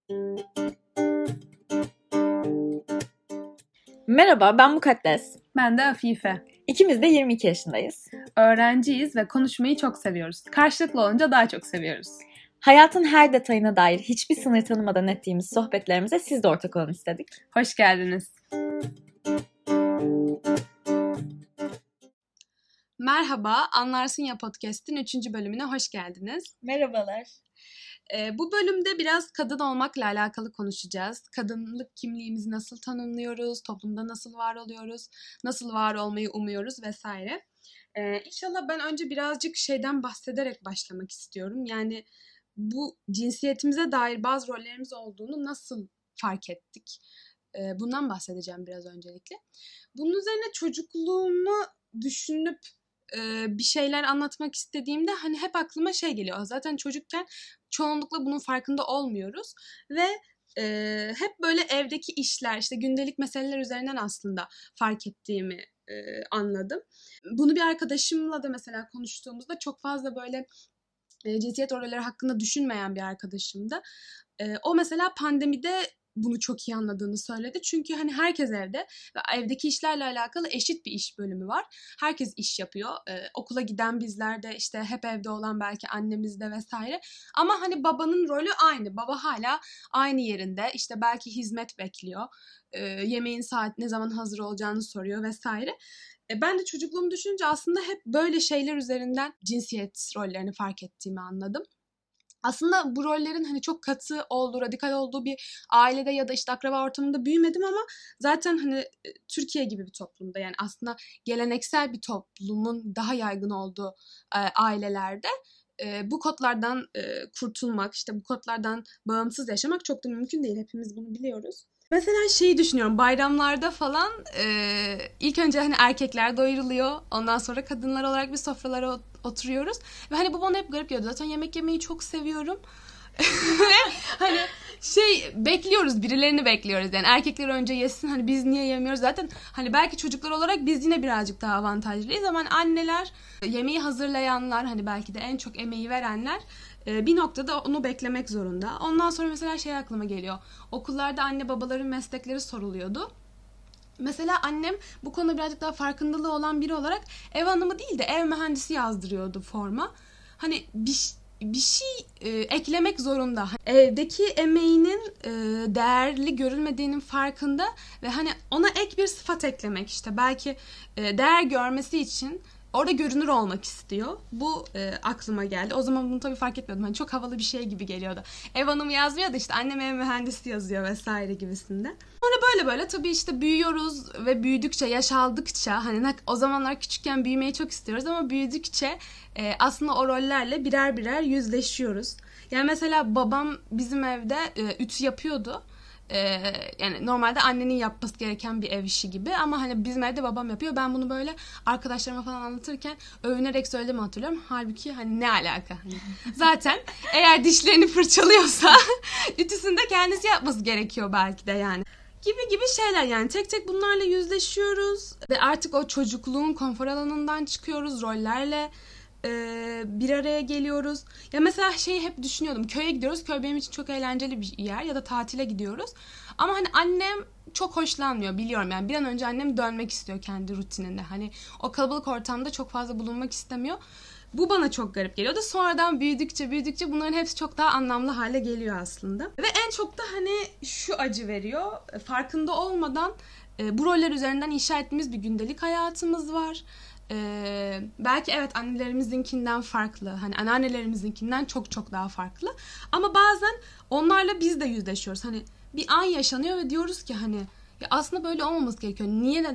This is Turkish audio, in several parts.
Merhaba, ben Mukaddes. Ben de Afife. İkimiz de 22 yaşındayız. Öğrenciyiz ve konuşmayı çok seviyoruz. Karşılıklı olunca daha çok seviyoruz. Hayatın her detayına dair hiçbir sınır tanımadan ettiğimiz sohbetlerimize siz de ortak olun istedik. Hoş geldiniz. Merhaba, Anlarsın Ya Podcast'in 3. bölümüne hoş geldiniz. Merhabalar. Bu bölümde biraz kadın olmakla alakalı konuşacağız. Kadınlık kimliğimizi nasıl tanımlıyoruz, toplumda nasıl var oluyoruz, nasıl var olmayı umuyoruz vesaire. İnşallah ben önce birazcık şeyden bahsederek başlamak istiyorum. Yani bu cinsiyetimize dair bazı rollerimiz olduğunu nasıl fark ettik? Bundan bahsedeceğim biraz öncelikle. Bunun üzerine çocukluğumu düşünüp bir şeyler anlatmak istediğimde hani hep aklıma şey geliyor. Zaten çocukken çoğunlukla bunun farkında olmuyoruz ve hep böyle evdeki işler, işte gündelik meseleler üzerinden aslında fark ettiğimi anladım. Bunu bir arkadaşımla da mesela konuştuğumuzda çok fazla böyle cinsiyet rolleri hakkında düşünmeyen bir arkadaşımdı. O mesela pandemide bunu çok iyi anladığını söyledi. Çünkü hani herkes evde ve evdeki işlerle alakalı eşit bir iş bölümü var. Herkes iş yapıyor. Okula giden bizler de işte hep evde olan belki annemiz de vesaire. Ama hani babanın rolü aynı. Baba hala aynı yerinde. İşte belki hizmet bekliyor. Yemeğin saat ne zaman hazır olacağını soruyor vesaire. Ben de çocukluğumu düşününce aslında hep böyle şeyler üzerinden cinsiyet rollerini fark ettiğimi anladım. Aslında bu rollerin hani çok katı olduğu, radikal olduğu bir ailede ya da işte akraba ortamında büyümedim ama zaten hani Türkiye gibi bir toplumda, yani aslında geleneksel bir toplumun daha yaygın olduğu ailelerde bu kodlardan kurtulmak, işte bu kodlardan bağımsız yaşamak çok da mümkün değil. Hepimiz bunu biliyoruz. Mesela şeyi düşünüyorum, bayramlarda falan ilk önce hani erkekler doyuruluyor, ondan sonra kadınlar olarak bir sofralara oturuyoruz ve hani bu bana hep garip geliyordu. Zaten yemek yemeyi çok seviyorum ve hani bekliyoruz, birilerini bekliyoruz, yani erkekler önce yesin, hani biz niye yemiyoruz? Zaten hani belki çocuklar olarak biz yine birazcık daha avantajlıyız ama hani anneler, yemeği hazırlayanlar, hani belki de en çok emeği verenler bir noktada onu beklemek zorunda. Ondan sonra mesela aklıma geliyor. Okullarda anne babaların meslekleri soruluyordu. Mesela annem bu konuda birazcık daha farkındalığı olan biri olarak ev hanımı değil de ev mühendisi yazdırıyordu forma. Hani bir şey eklemek zorunda. Evdeki emeğinin değerli görülmediğinin farkında ve hani ona ek bir sıfat eklemek, işte belki değer görmesi için orada görünür olmak istiyor. Bu aklıma geldi. O zaman bunu tabii fark etmiyordum. Hani çok havalı bir şey gibi geliyordu. Ev hanımı yazmıyor da işte annem ev mühendisi yazıyor vesaire gibisinden. Sonra böyle tabii işte büyüyoruz ve büyüdükçe, yaş aldıkça, hani o zamanlar küçükken büyümeyi çok istiyoruz ama büyüdükçe aslında o rollerle birer birer yüzleşiyoruz. Yani mesela babam bizim evde ütü yapıyordu. Yani normalde annenin yapması gereken bir ev işi gibi ama hani bizim evde babam yapıyor. Ben bunu böyle arkadaşlarıma falan anlatırken övünerek söylediğimi hatırlıyorum. Halbuki hani ne alaka? Hani zaten eğer dişlerini fırçalıyorsa ütüsünü de kendisi yapması gerekiyor belki de yani. Gibi şeyler, yani tek tek bunlarla yüzleşiyoruz ve artık o çocukluğun konfor alanından çıkıyoruz, rollerle bir araya geliyoruz. Ya mesela hep düşünüyordum, köye gidiyoruz, köy benim için çok eğlenceli bir yer, ya da tatile gidiyoruz ama hani annem çok hoşlanmıyor, biliyorum, yani bir an önce annem dönmek istiyor kendi rutinine, hani o kalabalık ortamda çok fazla bulunmak istemiyor. Bu bana çok garip geliyordu. Sonradan büyüdükçe bunların hepsi çok daha anlamlı hale geliyor aslında. Ve en çok da hani şu acı veriyor. Farkında olmadan bu roller üzerinden inşa ettiğimiz bir gündelik hayatımız var. Belki evet annelerimizinkinden farklı. Hani anneannelerimizinkinden çok daha farklı. Ama bazen onlarla biz de yüzleşiyoruz. Hani bir an yaşanıyor ve diyoruz ki hani ya aslında böyle olmaması gerekiyor.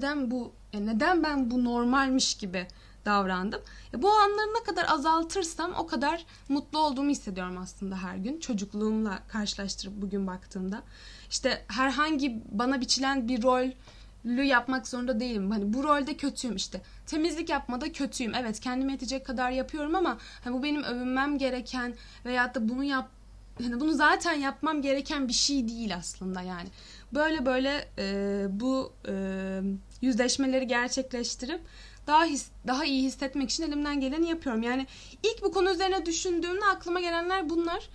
Neden ben bu normalmiş gibi davrandım. Bu anları ne kadar azaltırsam o kadar mutlu olduğumu hissediyorum aslında her gün. Çocukluğumla karşılaştırıp bugün baktığımda. İşte herhangi bana biçilen bir rolü yapmak zorunda değilim. Hani bu rolde kötüyüm işte. Temizlik yapmada kötüyüm. Evet, kendime yetecek kadar yapıyorum ama hani bu benim övünmem gereken veyahut da bunu zaten yapmam gereken bir şey değil aslında yani. Böyle bu yüzleşmeleri gerçekleştirip daha iyi hissetmek için elimden geleni yapıyorum. Yani ilk bu konu üzerine düşündüğümde aklıma gelenler bunlar.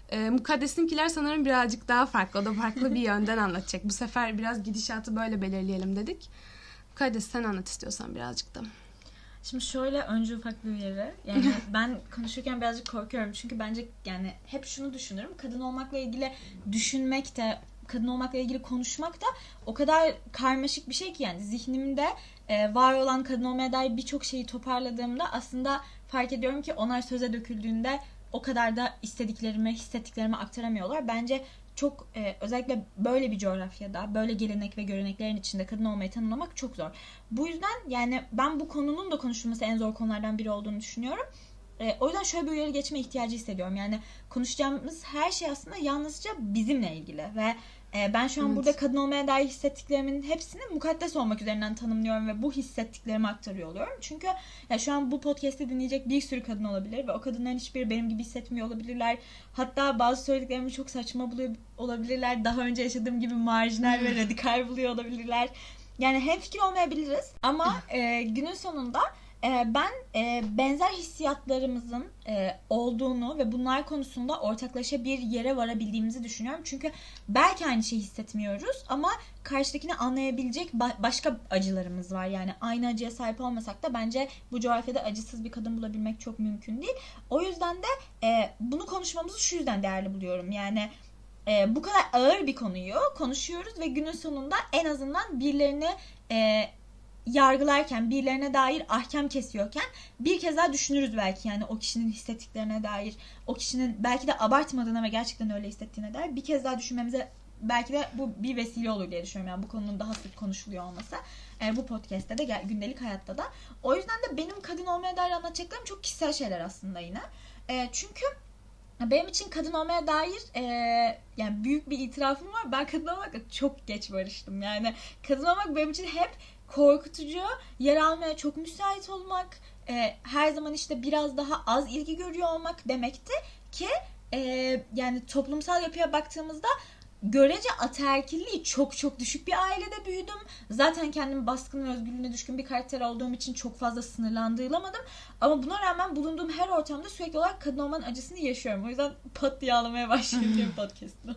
Mukaddesinkiler sanırım birazcık daha farklı. O da farklı bir yönden anlatacak. Bu sefer biraz gidişatı böyle belirleyelim dedik. Mukaddes, sen anlat istiyorsan birazcık da. Şimdi şöyle, önce ufak bir uyarı. Yani ben konuşurken birazcık korkuyorum. Çünkü bence yani hep şunu düşünürüm. Kadın olmakla ilgili düşünmek de, kadın olmakla ilgili konuşmak da o kadar karmaşık bir şey ki yani zihnimde var olan kadın olmaya dair birçok şeyi toparladığımda aslında fark ediyorum ki onlar söze döküldüğünde o kadar da istediklerimi, hissettiklerimi aktaramıyorlar. Bence çok özellikle böyle bir coğrafyada, böyle gelenek ve göreneklerin içinde kadın olmayı tanımlamak çok zor. Bu yüzden yani ben bu konunun da konuşulması en zor konulardan biri olduğunu düşünüyorum. O yüzden şöyle bir uyarı geçme ihtiyacı hissediyorum. Yani konuşacağımız her şey aslında yalnızca bizimle ilgili ve ben şu an burada kadın olmaya dair hissettiklerimin hepsini mukaddes olmak üzerinden tanımlıyorum ve bu hissettiklerimi aktarıyor oluyorum. Çünkü ya şu an bu podcast'i dinleyecek bir sürü kadın olabilir ve o kadınların hiçbiri benim gibi hissetmiyor olabilirler. Hatta bazı söylediklerimi çok saçma buluyor olabilirler. Daha önce yaşadığım gibi marjinal ve radikal buluyor olabilirler. Yani hemfikir olmayabiliriz ama günün sonunda ben benzer hissiyatlarımızın olduğunu ve bunlar konusunda ortaklaşa bir yere varabildiğimizi düşünüyorum. Çünkü belki aynı şeyi hissetmiyoruz ama karşıdakini anlayabilecek başka acılarımız var. Yani aynı acıya sahip olmasak da bence bu coğrafyada acısız bir kadın bulabilmek çok mümkün değil. O yüzden de bunu konuşmamızı şu yüzden değerli buluyorum. Yani bu kadar ağır bir konuyu konuşuyoruz ve günün sonunda en azından birilerini yargılarken, birilerine dair ahkam kesiyorken bir kez daha düşünürüz belki yani o kişinin hissettiklerine dair, o kişinin belki de abartmadığına ve gerçekten öyle hissettiğine dair bir kez daha düşünmemize belki de bu bir vesile olur diye düşünüyorum. Yani bu konunun daha sık konuşuluyor olması. Bu podcast'te de gündelik hayatta da. O yüzden de benim kadın olmaya dair anlatacaklarım çok kişisel şeyler aslında yine. Çünkü benim için kadın olmaya dair yani büyük bir itirafım var. Ben kadın olmakla çok geç barıştım. Yani kadın olmak benim için hep korkutucu, yer almaya çok müsait olmak, her zaman işte biraz daha az ilgi görüyor olmak demekti ki yani toplumsal yapıya baktığımızda görece ataerkilliği çok çok düşük bir ailede büyüdüm. Zaten kendimi baskın ve özgürlüğüne düşkün bir karakter olduğum için çok fazla sınırlandırılamadım. Ama buna rağmen bulunduğum her ortamda sürekli olarak kadın olmanın acısını yaşıyorum. O yüzden pat diye ağlamaya başlıyorum podcast'ın.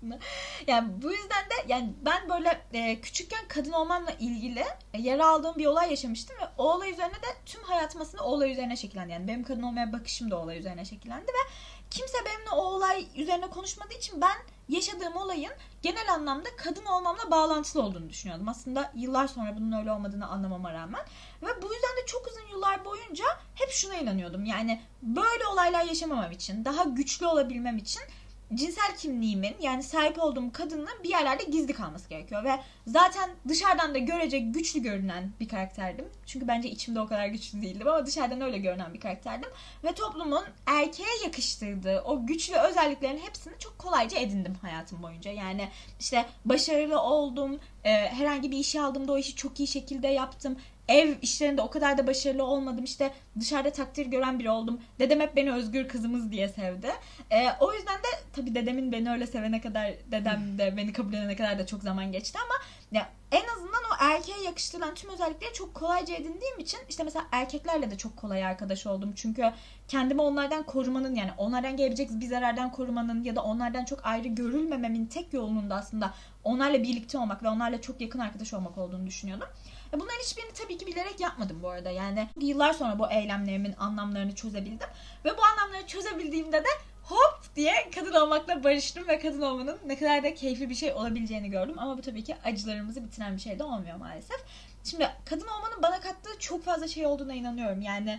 Yani bu yüzden de yani ben böyle küçükken kadın olmamla ilgili yer aldığım bir olay yaşamıştım ve o olay üzerine de tüm hayatım aslında o olay üzerine şekillendi. Yani benim kadın olmaya bakışım da o olay üzerine şekillendi ve kimse benimle o olay üzerine konuşmadığı için ben yaşadığım olayın genel anlamda kadın olmamla bağlantılı olduğunu düşünüyordum. Aslında yıllar sonra bunun öyle olmadığını anlamama rağmen. Ve bu yüzden de çok uzun yıllar boyunca hep şuna inanıyordum. Yani böyle olaylar yaşamamam için, daha güçlü olabilmem için cinsel kimliğimin yani sahip olduğum kadının bir yerlerde gizli kalması gerekiyor ve zaten dışarıdan da görece güçlü görünen bir karakterdim. Çünkü bence içimde o kadar güçlü değildim ama dışarıdan öyle görünen bir karakterdim. Ve toplumun erkeğe yakıştırdığı o güçlü özelliklerin hepsini çok kolayca edindim hayatım boyunca. Yani işte başarılı oldum, herhangi bir işe aldığımda o işi çok iyi şekilde yaptım. Ev işlerinde o kadar da başarılı olmadım. İşte dışarıda takdir gören biri oldum. Dedem hep beni özgür kızımız diye sevdi. O yüzden de tabii dedemin beni öyle sevene kadar, dedem de beni kabul edene kadar da çok zaman geçti ama ya en azından o erkeğe yakıştırılan tüm özellikleri çok kolayca edindiğim için işte mesela erkeklerle de çok kolay arkadaş oldum. Çünkü kendimi onlardan korumanın yani onlardan gelebilecek bir zarardan korumanın ya da onlardan çok ayrı görülmememin tek yolunun da aslında onlarla birlikte olmak ve onlarla çok yakın arkadaş olmak olduğunu düşünüyordum. Bunların hiçbirini tabii ki bilerek yapmadım bu arada. Yani yıllar sonra bu eylemlerimin anlamlarını çözebildim. Ve bu anlamları çözebildiğimde de hop diye kadın olmakla barıştım ve kadın olmanın ne kadar da keyifli bir şey olabileceğini gördüm. Ama bu tabii ki acılarımızı bitiren bir şey de olmuyor maalesef. Şimdi kadın olmanın bana kattığı çok fazla şey olduğuna inanıyorum. Yani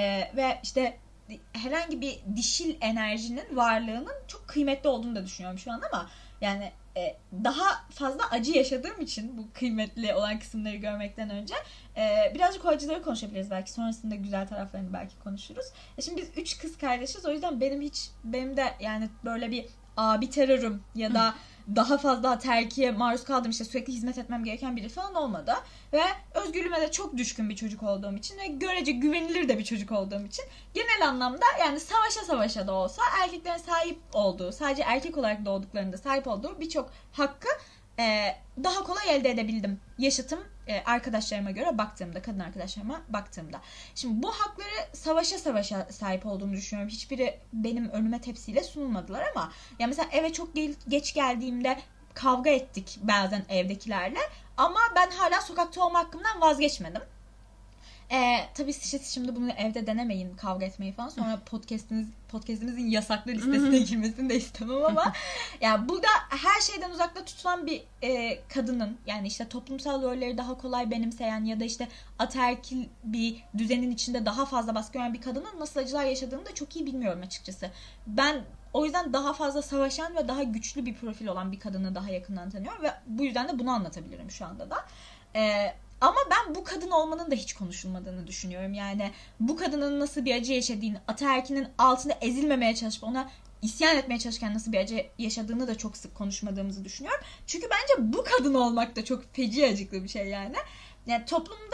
ve işte herhangi bir dişil enerjinin varlığının çok kıymetli olduğunu da düşünüyorum şu an ama yani daha fazla acı yaşadığım için bu kıymetli olan kısımları görmekten önce birazcık o acıları konuşabiliriz belki. Sonrasında güzel taraflarını belki konuşuruz. Şimdi biz 3 kız kardeşiz. O yüzden benim de yani böyle bir abi terörüm ya da daha fazla terkiye maruz kaldım işte sürekli hizmet etmem gereken biri falan olmadı. Ve özgürlüğüme de çok düşkün bir çocuk olduğum için ve görece güvenilir de bir çocuk olduğum için genel anlamda yani savaşa da olsa erkeklerin sahip olduğu, sadece erkek olarak doğduklarında sahip olduğu birçok hakkı daha kolay elde edebildim yaşıtım arkadaşlarıma göre baktığımda, kadın arkadaşlarıma baktığımda. Şimdi bu hakları savaşa sahip olduğumu düşünüyorum. Hiçbiri benim önüme tepsiyle sunulmadılar ama ya mesela eve çok geç geldiğimde kavga ettik bazen evdekilerle ama ben hala sokakta olma hakkımdan vazgeçmedim. Tabii siz şimdi bunu evde denemeyin, kavga etmeyi falan. Sonra podcastimizin yasaklı listesine girmesini de istemem ama yani burada her şeyden uzakta tutulan bir kadının, yani işte toplumsal rolleri daha kolay benimseyen ya da işte ataerkil bir düzenin içinde daha fazla baskı gören bir kadının nasıl acılar yaşadığını da çok iyi bilmiyorum açıkçası. Ben o yüzden daha fazla savaşan ve daha güçlü bir profil olan bir kadını daha yakından tanıyorum ve bu yüzden de bunu anlatabilirim şu anda da. Ama ben bu kadın olmanın da hiç konuşulmadığını düşünüyorum. Yani bu kadının nasıl bir acı yaşadığını, ataerkinin altında ezilmemeye çalışıp ona isyan etmeye çalışırken nasıl bir acı yaşadığını da çok sık konuşmadığımızı düşünüyorum. Çünkü bence bu kadın olmak da çok feci acıklı bir şey yani. Yani toplumda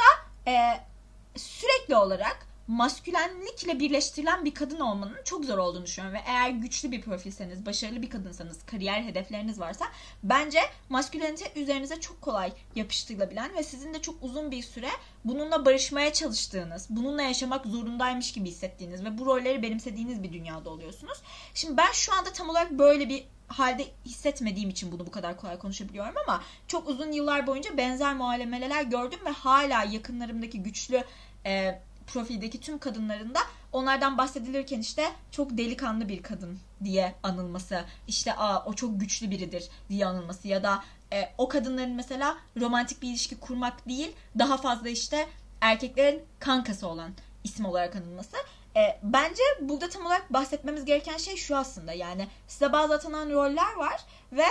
sürekli olarak maskülenlikle birleştirilen bir kadın olmanın çok zor olduğunu düşünüyorum. Ve eğer güçlü bir profilseniz, başarılı bir kadınsanız, kariyer hedefleriniz varsa bence maskülenite üzerinize çok kolay yapıştırılabilen ve sizin de çok uzun bir süre bununla barışmaya çalıştığınız, bununla yaşamak zorundaymış gibi hissettiğiniz ve bu rolleri benimsediğiniz bir dünyada oluyorsunuz. Şimdi ben şu anda tam olarak böyle bir halde hissetmediğim için bunu bu kadar kolay konuşabiliyorum ama çok uzun yıllar boyunca benzer muameleler gördüm ve hala yakınlarımdaki güçlü profildeki tüm kadınların da onlardan bahsedilirken işte çok delikanlı bir kadın diye anılması, işte o çok güçlü biridir diye anılması ya da o kadınların mesela romantik bir ilişki kurmak değil, daha fazla işte erkeklerin kankası olan isim olarak anılması. Bence burada tam olarak bahsetmemiz gereken şey şu aslında, yani size bazı atanan roller var ve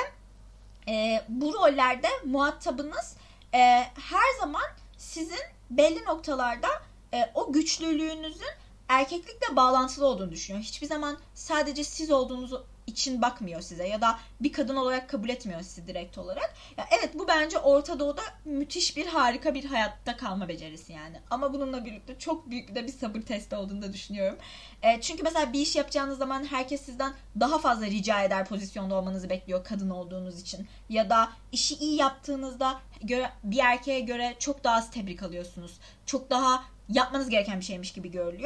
bu rollerde muhatabınız her zaman sizin belli noktalarda o güçlülüğünüzün erkeklikle bağlantılı olduğunu düşünüyor. Hiçbir zaman sadece siz olduğunuz için bakmıyor size ya da bir kadın olarak kabul etmiyor sizi direkt olarak. Ya evet, bu bence Orta Doğu'da müthiş bir, harika bir hayatta kalma becerisi yani. Ama bununla birlikte çok büyük de bir sabır testi olduğunu da düşünüyorum. Çünkü mesela bir iş yapacağınız zaman herkes sizden daha fazla rica eder pozisyonda olmanızı bekliyor kadın olduğunuz için. Ya da işi iyi yaptığınızda bir erkeğe göre çok daha az tebrik alıyorsunuz. Çok daha yapmanız gereken bir şeymiş gibi görülüyor.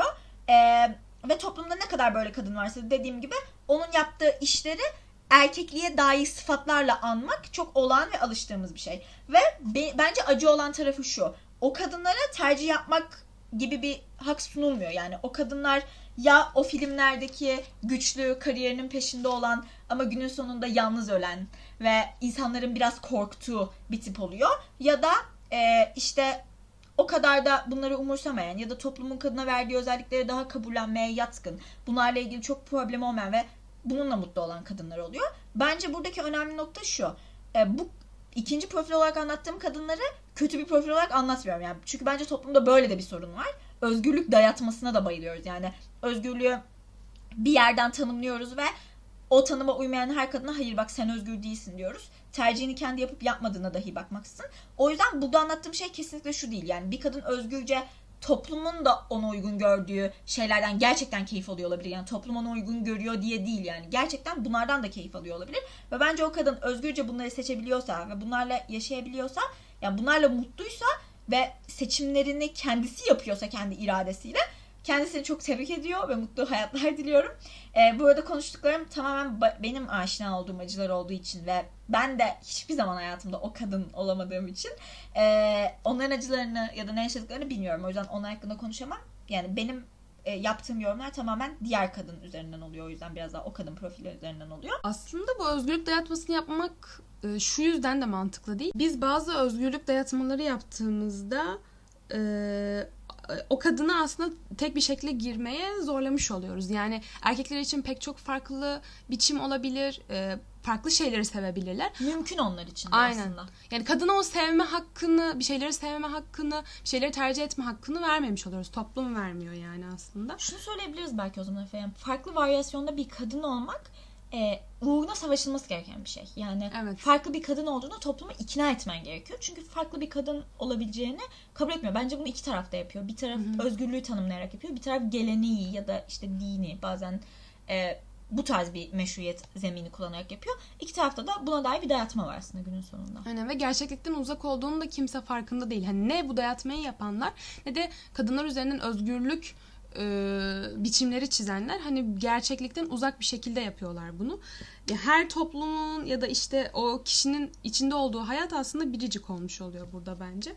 Ve toplumda ne kadar böyle kadın varsa dediğim gibi onun yaptığı işleri erkekliğe dair sıfatlarla anmak çok olağan ve alıştığımız bir şey. Ve bence acı olan tarafı şu: o kadınlara tercih yapmak gibi bir hak sunulmuyor. Yani o kadınlar ya o filmlerdeki güçlü, kariyerinin peşinde olan ama günün sonunda yalnız ölen ve insanların biraz korktuğu bir tip oluyor. Ya da işte o kadar da bunları umursamayan ya da toplumun kadına verdiği özellikleri daha kabullenmeye yatkın, bunlarla ilgili çok problem olmayan ve bununla mutlu olan kadınlar oluyor. Bence buradaki önemli nokta şu: bu ikinci profil olarak anlattığım kadınları kötü bir profil olarak anlatmıyorum. Yani çünkü bence toplumda böyle de bir sorun var. Özgürlük dayatmasına da bayılıyoruz. Yani özgürlüğü bir yerden tanımlıyoruz ve o tanıma uymayan her kadına hayır bak sen özgür değilsin diyoruz. Tercihini kendi yapıp yapmadığına dahi bakmaksızın. O yüzden burada anlattığım şey kesinlikle şu değil. Yani bir kadın özgürce toplumun da ona uygun gördüğü şeylerden gerçekten keyif alıyor olabilir. Yani toplum ona uygun görüyor diye değil yani. Gerçekten bunlardan da keyif alıyor olabilir. Ve bence o kadın özgürce bunları seçebiliyorsa ve bunlarla yaşayabiliyorsa, yani bunlarla mutluysa ve seçimlerini kendisi yapıyorsa kendi iradesiyle, kendisini çok tebrik ediyor ve mutlu hayatlar diliyorum. Burada konuştuklarım tamamen benim aşina olduğum acılar olduğu için ve ben de hiçbir zaman hayatımda o kadın olamadığım için onların acılarını ya da ne yaşadıklarını bilmiyorum. O yüzden onlar hakkında konuşamam. Yani benim yaptığım yorumlar tamamen diğer kadın üzerinden oluyor. O yüzden biraz daha o kadın profili üzerinden oluyor. Aslında bu özgürlük dayatmasını yapmak şu yüzden de mantıklı değil. Biz bazı özgürlük dayatmaları yaptığımızda o kadını aslında tek bir şekilde girmeye zorlamış oluyoruz. Yani erkekler için pek çok farklı biçim olabilir. Farklı şeyleri sevebilirler. Mümkün onlar için de aynen aslında. Yani kadına o sevme hakkını, bir şeyleri sevme hakkını, bir şeyleri tercih etme hakkını vermemiş oluyoruz. Toplum vermiyor yani aslında. Şunu söyleyebiliriz belki o zaman efendim. Farklı varyasyonda bir kadın olmak uğruna savaşılması gereken bir şey. Yani evet, farklı bir kadın olduğunu toplumu ikna etmen gerekiyor. Çünkü farklı bir kadın olabileceğini kabul etmiyor. Bence bunu iki tarafta yapıyor. Bir taraf özgürlüğü tanımlayarak yapıyor. Bir taraf geleneği ya da işte dini, bazen bu tarz bir meşruiyet zemini kullanarak yapıyor. İki tarafta da buna dair bir dayatma var aslında günün sonunda. Aynen ve gerçeklikten uzak olduğunu da kimse farkında değil. Hani ne bu dayatmayı yapanlar ne de kadınlar üzerinden özgürlük biçimleri çizenler hani gerçeklikten uzak bir şekilde yapıyorlar bunu. Ya her toplumun ya da işte o kişinin içinde olduğu hayat aslında biricik olmuş oluyor burada bence.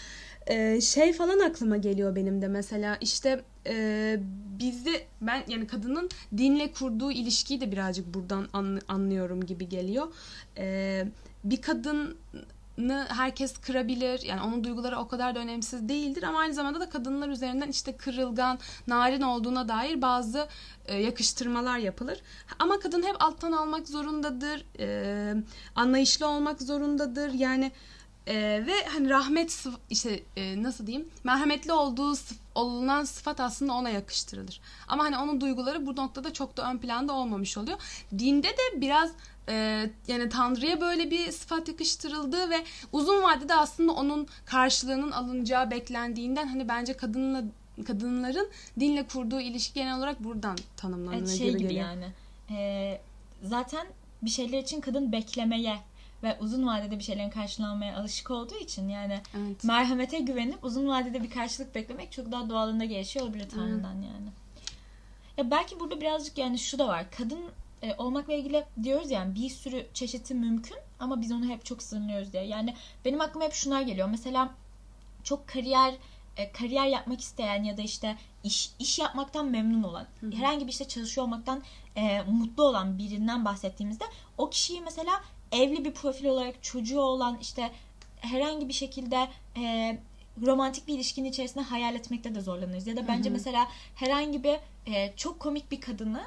Şey falan aklıma geliyor benim de mesela işte bizde ben yani kadının dinle kurduğu ilişkiyi de birazcık buradan anlıyorum gibi geliyor. Bir kadını herkes kırabilir. Yani onun duyguları o kadar da önemsiz değildir ama aynı zamanda da kadınlar üzerinden işte kırılgan, narin olduğuna dair bazı yakıştırmalar yapılır. Ama kadın hep alttan almak zorundadır. Anlayışlı olmak zorundadır. Yani ve hani rahmet işte nasıl diyeyim, merhametli olunan sıfat aslında ona yakıştırılır. Ama hani onun duyguları bu noktada çok da ön planda olmamış oluyor. Dinde de biraz yani Tanrı'ya böyle bir sıfat yakıştırıldığı ve uzun vadede aslında onun karşılığının alınacağı beklendiğinden hani bence kadınların dinle kurduğu ilişki genel olarak buradan tanımlanıyor. Evet, gibi geliyor. Yani zaten bir şeyler için kadın beklemeye ve uzun vadede bir şeylerin karşılanmaya alışık olduğu için yani evet, merhamete güvenip uzun vadede bir karşılık beklemek çok daha doğalında gelişiyor olabilir Tanrı'dan yani. Ya belki burada birazcık yani şu da var. Kadın olmakla ilgili diyoruz yani bir sürü çeşidi mümkün ama biz onu hep çok sınırlıyoruz diye. Yani benim aklıma hep şunlar geliyor. Mesela çok kariyer yapmak isteyen ya da işte iş yapmaktan memnun olan, herhangi bir işte çalışıyor olmaktan mutlu olan birinden bahsettiğimizde o kişiyi mesela evli bir profil olarak çocuğu olan işte herhangi bir şekilde romantik bir ilişkinin içerisinde hayal etmekte de zorlanırız. Ya da bence mesela herhangi bir çok komik bir kadını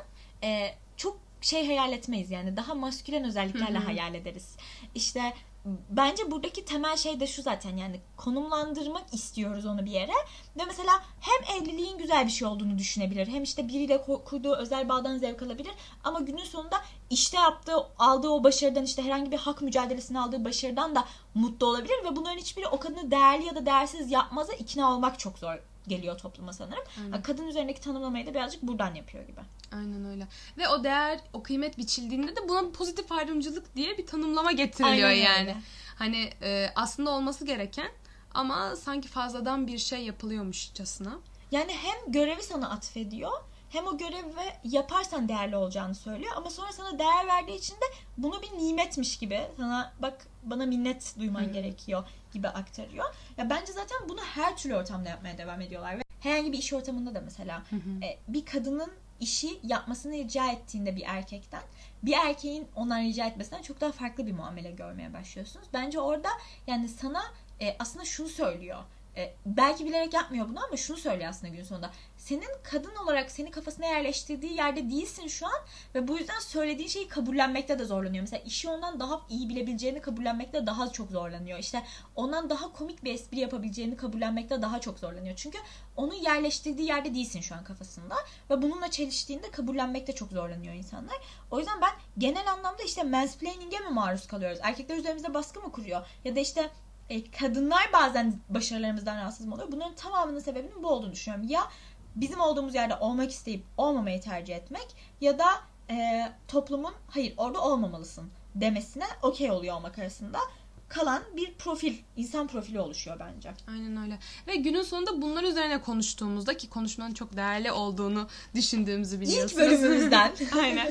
çok hayal etmeyiz yani. Daha maskülen özelliklerle hayal ederiz. İşte bence buradaki temel şey de şu zaten yani konumlandırmak istiyoruz onu bir yere ve mesela hem evliliğin güzel bir şey olduğunu düşünebilir hem işte biriyle kurduğu özel bağdan zevk alabilir ama günün sonunda işte aldığı o başarıdan işte herhangi bir hak mücadelesine aldığı başarıdan da mutlu olabilir ve bunların hiçbiri o kadını değerli ya da değersiz yapmaza ikna olmak çok zor geliyor topluma sanırım. Aynen. Kadın üzerindeki tanımlamayı da birazcık buradan yapıyor gibi. Aynen öyle. Ve o değer, o kıymet biçildiğinde de buna pozitif ayrımcılık diye bir tanımlama getiriliyor. Aynen yani. Öyle. Hani aslında olması gereken ama sanki fazladan bir şey yapılıyormuşçasına. Yani hem görevi sana atfediyor hem o görevi yaparsan değerli olacağını söylüyor ama sonra sana değer verdiği için de bunu bir nimetmiş gibi sana bak bana minnet duyman gerekiyor gibi aktarıyor. Ya bence zaten bunu her türlü ortamda yapmaya devam ediyorlar ve herhangi bir iş ortamında da mesela bir kadının işi yapmasını rica ettiğinde bir erkekten bir erkeğin ondan rica etmesinden çok daha farklı bir muamele görmeye başlıyorsunuz. Bence orada yani sana aslında şunu söylüyor. Belki bilerek yapmıyor bunu ama şunu söylüyor aslında gün sonunda. Senin kadın olarak seni kafasına yerleştirdiği yerde değilsin şu an ve bu yüzden söylediğin şeyi kabullenmekte de zorlanıyor. Mesela işi ondan daha iyi bilebileceğini kabullenmekte daha çok zorlanıyor. İşte ondan daha komik bir espri yapabileceğini kabullenmekte daha çok zorlanıyor. Çünkü onu yerleştirdiği yerde değilsin şu an kafasında ve bununla çeliştiğinde kabullenmekte çok zorlanıyor insanlar. O yüzden ben genel anlamda işte mansplaining'e mi maruz kalıyoruz? Erkekler üzerimizde baskı mı kuruyor? Ya da işte kadınlar bazen başarılarımızdan rahatsız mı oluyor? Bunların tamamının sebebinin bu olduğunu düşünüyorum. Ya bizim olduğumuz yerde olmak isteyip olmamayı tercih etmek ya da toplumun hayır orada olmamalısın demesine okey oluyor olmak arasında kalan bir profil, insan profili oluşuyor bence. Aynen öyle. Ve günün sonunda bunlar üzerine konuştuğumuzda ki konuşmanın çok değerli olduğunu düşündüğümüzü biliyorsunuz. İlk bölümümüzden. Aynen.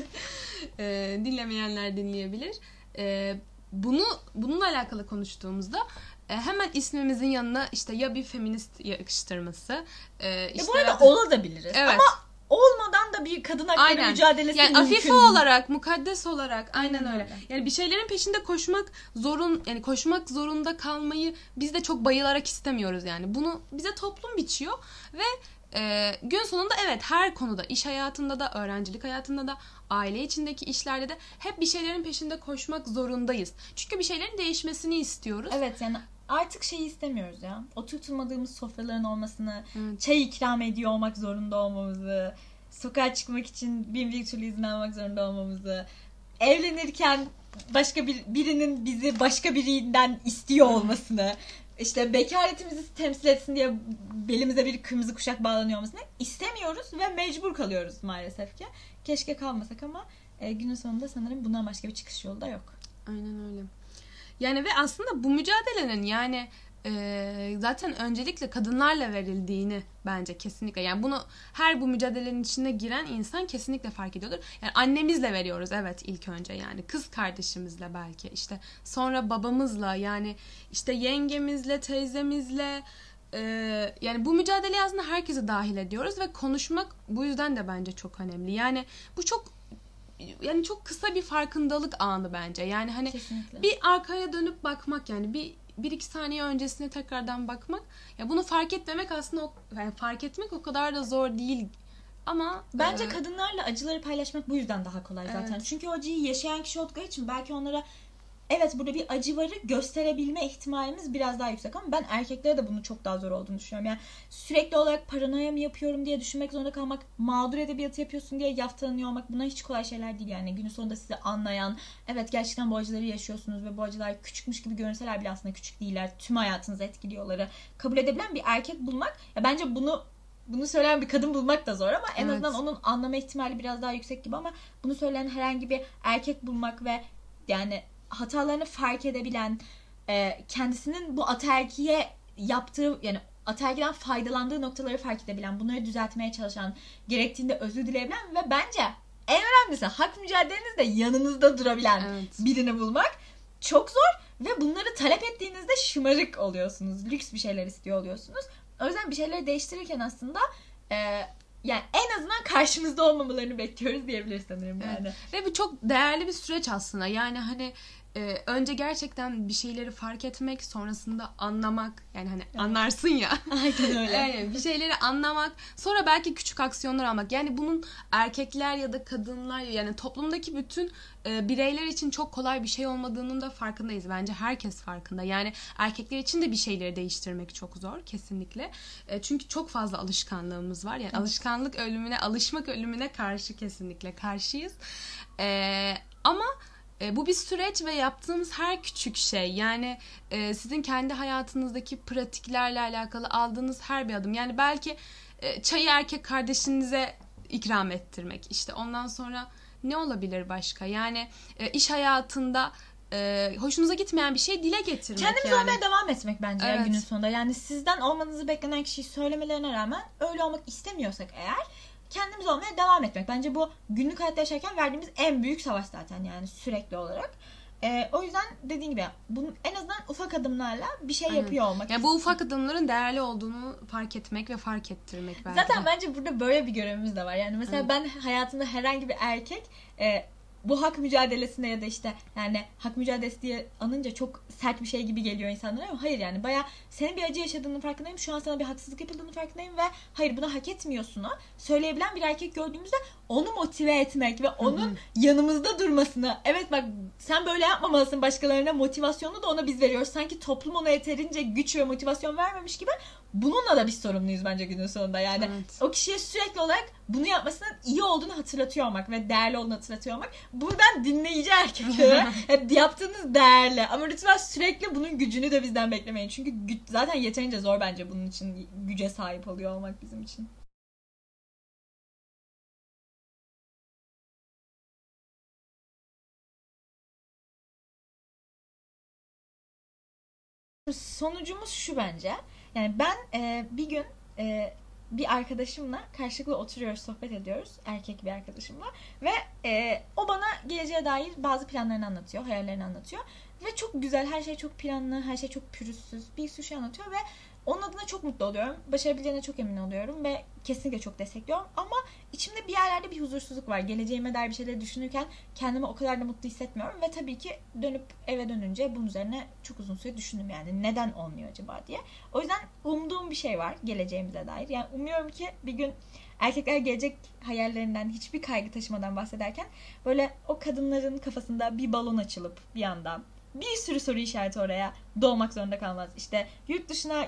Dinlemeyenler dinleyebilir. Bununla alakalı konuştuğumuzda hemen ismimizin yanına işte ya bir feminist yakıştırması. İşte bu arada olabiliriz. Evet. Ama olmadan da bir kadın hakları mücadelesi yani mümkün. Afife olarak, mukaddes olarak aynen öyle. Yani bir şeylerin peşinde koşmak zorunda kalmayı biz de çok bayılarak istemiyoruz yani. Bunu bize toplum biçiyor ve gün sonunda evet her konuda iş hayatında da öğrencilik hayatında da aile içindeki işlerde de hep bir şeylerin peşinde koşmak zorundayız. Çünkü bir şeylerin değişmesini istiyoruz. Evet yani artık şeyi istemiyoruz ya. Oturtulmadığımız sofraların olmasını, çay ikram ediyor olmak zorunda olmamızı, sokağa çıkmak için bir türlü izin almak zorunda olmamızı, evlenirken başka birinin bizi başka birinden istiyor olmasını. işte bekaretimizi temsil etsin diye belimize bir kırmızı kuşak bağlanıyor olmasını istemiyoruz ve mecbur kalıyoruz maalesef ki. Keşke kalmasak ama günün sonunda sanırım bundan başka bir çıkış yolu da yok. Aynen öyle. Yani ve aslında bu mücadelenin yani zaten öncelikle kadınlarla verildiğini bence kesinlikle, yani bunu her bu mücadelenin içine giren insan kesinlikle fark ediyordur. Yani annemizle veriyoruz evet ilk önce, yani kız kardeşimizle belki, işte sonra babamızla, yani işte yengemizle, teyzemizle, yani bu mücadeleye aslında herkesi dahil ediyoruz ve konuşmak bu yüzden de bence çok önemli. Yani bu çok kısa bir farkındalık anı bence. Yani hani kesinlikle. Bir arkaya dönüp bakmak, yani bir iki saniye öncesine tekrardan bakmak. Ya bunu fark etmemek aslında yani fark etmek o kadar da zor değil. Ama bence kadınlarla acıları paylaşmak bu yüzden daha kolay zaten. Evet. Çünkü o acıyı yaşayan kişi oldukları için belki onlara evet burada bir acı varı gösterebilme ihtimalimiz biraz daha yüksek, ama ben erkeklere de bunun çok daha zor olduğunu düşünüyorum. Yani sürekli olarak paranoya mı yapıyorum diye düşünmek zorunda kalmak, mağdur edebiyatı yapıyorsun diye yaftalanıyor olmak, bunlar hiç kolay şeyler değil yani. Günün sonunda sizi anlayan, evet gerçekten bu acıları yaşıyorsunuz ve bu acılar küçükmüş gibi görünseler bile aslında küçük değiller. Tüm hayatınızı etkiliyorları kabul edebilen bir erkek bulmak, ya bence bunu söyleyen bir kadın bulmak da zor, ama en azından onun anlama ihtimali biraz daha yüksek gibi, ama bunu söyleyen herhangi bir erkek bulmak ve yani hatalarını fark edebilen, kendisinin bu ataerkiye yaptığı, yani ataerkiden faydalandığı noktaları fark edebilen, bunları düzeltmeye çalışan, gerektiğinde özür dileyebilen ve bence en önemlisi hak mücadelenizde yanınızda durabilen birini bulmak çok zor ve bunları talep ettiğinizde şımarık oluyorsunuz. Lüks bir şeyler istiyor oluyorsunuz. O yüzden bir şeyleri değiştirirken aslında yani en azından karşımızda olmamalarını bekliyoruz diyebiliriz sanırım yani. Evet. Ve bu çok değerli bir süreç aslında. Yani hani önce gerçekten bir şeyleri fark etmek, sonrasında anlamak. Yani hani anlarsın ya. Aynen öyle. Yani bir şeyleri anlamak, sonra belki küçük aksiyonlar almak. Yani bunun erkekler ya da kadınlar, yani toplumdaki bütün bireyler için çok kolay bir şey olmadığının da farkındayız. Bence herkes farkında. Yani erkekler için de bir şeyleri değiştirmek çok zor kesinlikle. Çünkü çok fazla alışkanlığımız var. Yani alışkanlık ölümüne, alışmak ölümüne karşı kesinlikle karşıyız. Ama bu bir süreç ve yaptığımız her küçük şey, yani sizin kendi hayatınızdaki pratiklerle alakalı aldığınız her bir adım. Yani belki çayı erkek kardeşinize ikram ettirmek, işte ondan sonra ne olabilir başka? Yani iş hayatında hoşunuza gitmeyen bir şey dile getirmek. Kendimiz yani olmaya devam etmek bence günün sonunda. Yani sizden olmanızı beklenen kişiyi söylemelerine rağmen öyle olmak istemiyorsak eğer, kendimiz olmaya devam etmek. Bence bu günlük hayatta yaşarken verdiğimiz en büyük savaş zaten, yani sürekli olarak. O yüzden dediğim gibi bunun en azından ufak adımlarla bir şey yapıyor olmak. Yani bu ufak adımların değerli olduğunu fark etmek ve fark ettirmek belki. Zaten bence burada böyle bir görevimiz de var. Yani mesela ben hayatımda herhangi bir erkek bu hak mücadelesinde ya da işte yani hak mücadelesi diye anınca çok sert bir şey gibi geliyor insanlara, ama hayır, yani bayağı senin bir acı yaşadığının farkındayım, şu an sana bir haksızlık yapıldığının farkındayım ve hayır bunu hak etmiyorsun'u söyleyebilen bir erkek gördüğümüzde onu motive etmek ve onun yanımızda durmasını, evet bak sen böyle yapmamalısın başkalarına motivasyonu da ona biz veriyoruz. Sanki toplum ona yeterince güç ve motivasyon vermemiş gibi, bununla da biz sorumluyuz bence günün sonunda. Yani o kişiye sürekli olarak bunu yapmasının iyi olduğunu hatırlatıyor olmak ve değerli olduğunu hatırlatıyor olmak. Buradan dinleyici erkeklere yaptığınız değerli, ama lütfen sürekli bunun gücünü de bizden beklemeyin. Çünkü zaten yeterince zor bence bunun için güce sahip oluyor olmak bizim için. Sonucumuz şu bence. Yani ben bir gün bir arkadaşımla karşılıklı oturuyoruz, sohbet ediyoruz. Erkek bir arkadaşımla. Ve o bana geleceğe dair bazı planlarını anlatıyor, hayallerini anlatıyor. Ve çok güzel, her şey çok planlı, her şey çok pürüzsüz. Bir sürü şey anlatıyor ve onun adına çok mutlu oluyorum. Başarabileceğine çok emin oluyorum ve kesinlikle çok destekliyorum. Ama içimde bir yerlerde bir huzursuzluk var. Geleceğime dair bir şeyleri düşünürken kendimi o kadar da mutlu hissetmiyorum. Ve tabii ki dönüp eve dönünce bunun üzerine çok uzun süre düşündüm, yani neden olmuyor acaba diye. O yüzden umduğum bir şey var geleceğimize dair. Yani umuyorum ki bir gün erkekler gelecek hayallerinden hiçbir kaygı taşımadan bahsederken böyle o kadınların kafasında bir balon açılıp bir anda bir sürü soru işareti oraya doğmak zorunda kalmaz. İşte yurt dışına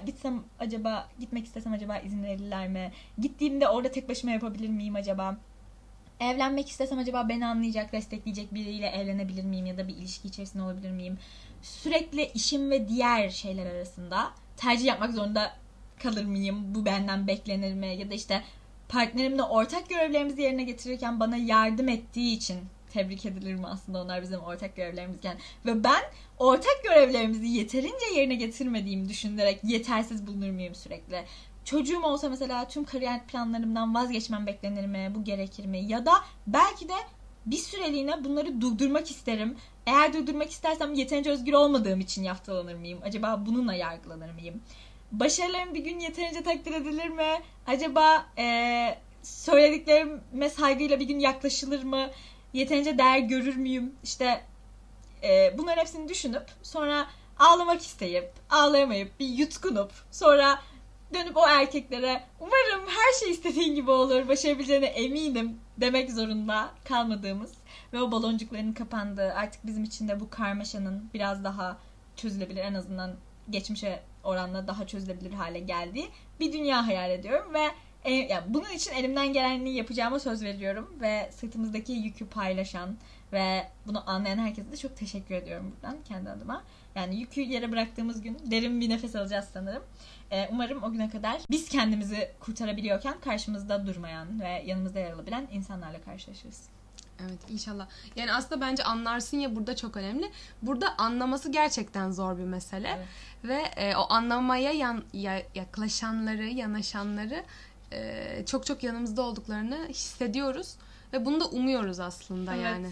gitmek istesem acaba izin verirler mi? Gittiğimde orada tek başıma yapabilir miyim acaba? Evlenmek istesem acaba beni anlayacak, destekleyecek biriyle evlenebilir miyim ya da bir ilişki içerisinde olabilir miyim? Sürekli işim ve diğer şeyler arasında tercih yapmak zorunda kalır mıyım? Bu benden beklenir mi? Ya da işte partnerimle ortak görevlerimizi yerine getirirken bana yardım ettiği için tebrik edilir mi aslında, onlar bizim ortak görevlerimizken ve ben ortak görevlerimizi yeterince yerine getirmediğimi düşünerek yetersiz bulunur muyum sürekli? Çocuğum olsa mesela tüm kariyer planlarımdan vazgeçmem beklenir mi? Bu gerekir mi? Ya da belki de bir süreliğine bunları durdurmak isterim. Eğer durdurmak istersem yeterince özgür olmadığım için yaftalanır mıyım? Acaba bununla yargılanır mıyım? Başarılarım bir gün yeterince takdir edilir mi? Acaba söylediklerime saygıyla bir gün yaklaşılır mı? Yeterince değer görür müyüm? İşte bunların hepsini düşünüp sonra ağlamak isteyip, ağlayamayıp, bir yutkunup sonra dönüp o erkeklere umarım her şey istediğin gibi olur, başarabileceğine eminim demek zorunda kalmadığımız ve o baloncukların kapandığı, artık bizim için de bu karmaşanın biraz daha çözülebilir, en azından geçmişe oranla daha çözülebilir hale geldiği bir dünya hayal ediyorum ve yani bunun için elimden geleni yapacağıma söz veriyorum ve sırtımızdaki yükü paylaşan ve bunu anlayan herkese de çok teşekkür ediyorum buradan kendi adıma. Yani yükü yere bıraktığımız gün derin bir nefes alacağız sanırım. Umarım o güne kadar biz kendimizi kurtarabiliyorken karşımızda durmayan ve yanımızda yer alabilen insanlarla karşılaşırız. Evet, inşallah. Yani aslında bence anlarsın ya, burada çok önemli. Burada anlaması gerçekten zor bir mesele. Evet. Ve o anlamaya yaklaşanları, yanaşanları çok çok yanımızda olduklarını hissediyoruz. Ve bunu da umuyoruz aslında, evet. Yani.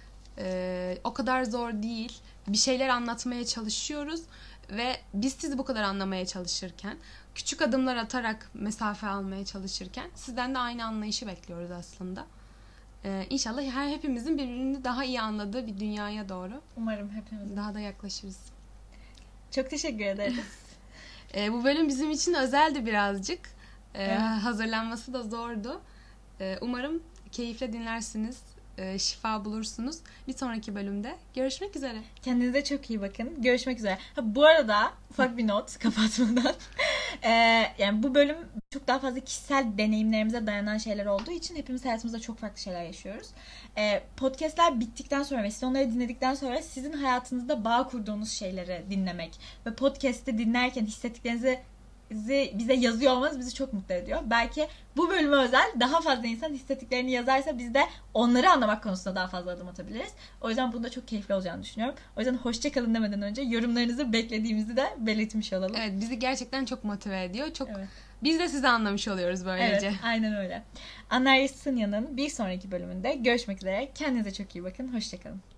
O kadar zor değil. Bir şeyler anlatmaya çalışıyoruz. Ve biz sizi bu kadar anlamaya çalışırken, küçük adımlar atarak mesafe almaya çalışırken sizden de aynı anlayışı bekliyoruz aslında. İnşallah hepimizin birbirini daha iyi anladığı bir dünyaya doğru. Umarım hepimiz daha da yaklaşırız. Çok teşekkür ederiz. Bu bölüm bizim için özeldi birazcık. Evet. Hazırlanması da zordu. Umarım keyifle dinlersiniz. Şifa bulursunuz. Bir sonraki bölümde görüşmek üzere. Kendinize çok iyi bakın. Görüşmek üzere. Bu arada ufak bir not kapatmadan. Yani bu bölüm çok daha fazla kişisel deneyimlerimize dayanan şeyler olduğu için hepimiz hayatımızda çok farklı şeyler yaşıyoruz. Podcastler bittikten sonra ve siz onları dinledikten sonra sizin hayatınızda bağ kurduğunuz şeyleri dinlemek ve podcast'i dinlerken hissettiklerinizi bize yazıyor olmanız bizi çok mutlu ediyor. Belki bu bölüme özel daha fazla insan hissettiklerini yazarsa biz de onları anlamak konusunda daha fazla adım atabiliriz. O yüzden bunun da çok keyifli olacağını düşünüyorum. O yüzden hoşça kalın demeden önce yorumlarınızı beklediğimizi de belirtmiş olalım. Evet, bizi gerçekten çok motive ediyor. Çok evet. Biz de sizi anlamış oluyoruz böylece. Evet, aynen öyle. Anlar Yaşasın Yan'ın bir sonraki bölümünde görüşmek üzere. Kendinize çok iyi bakın. Hoşça kalın.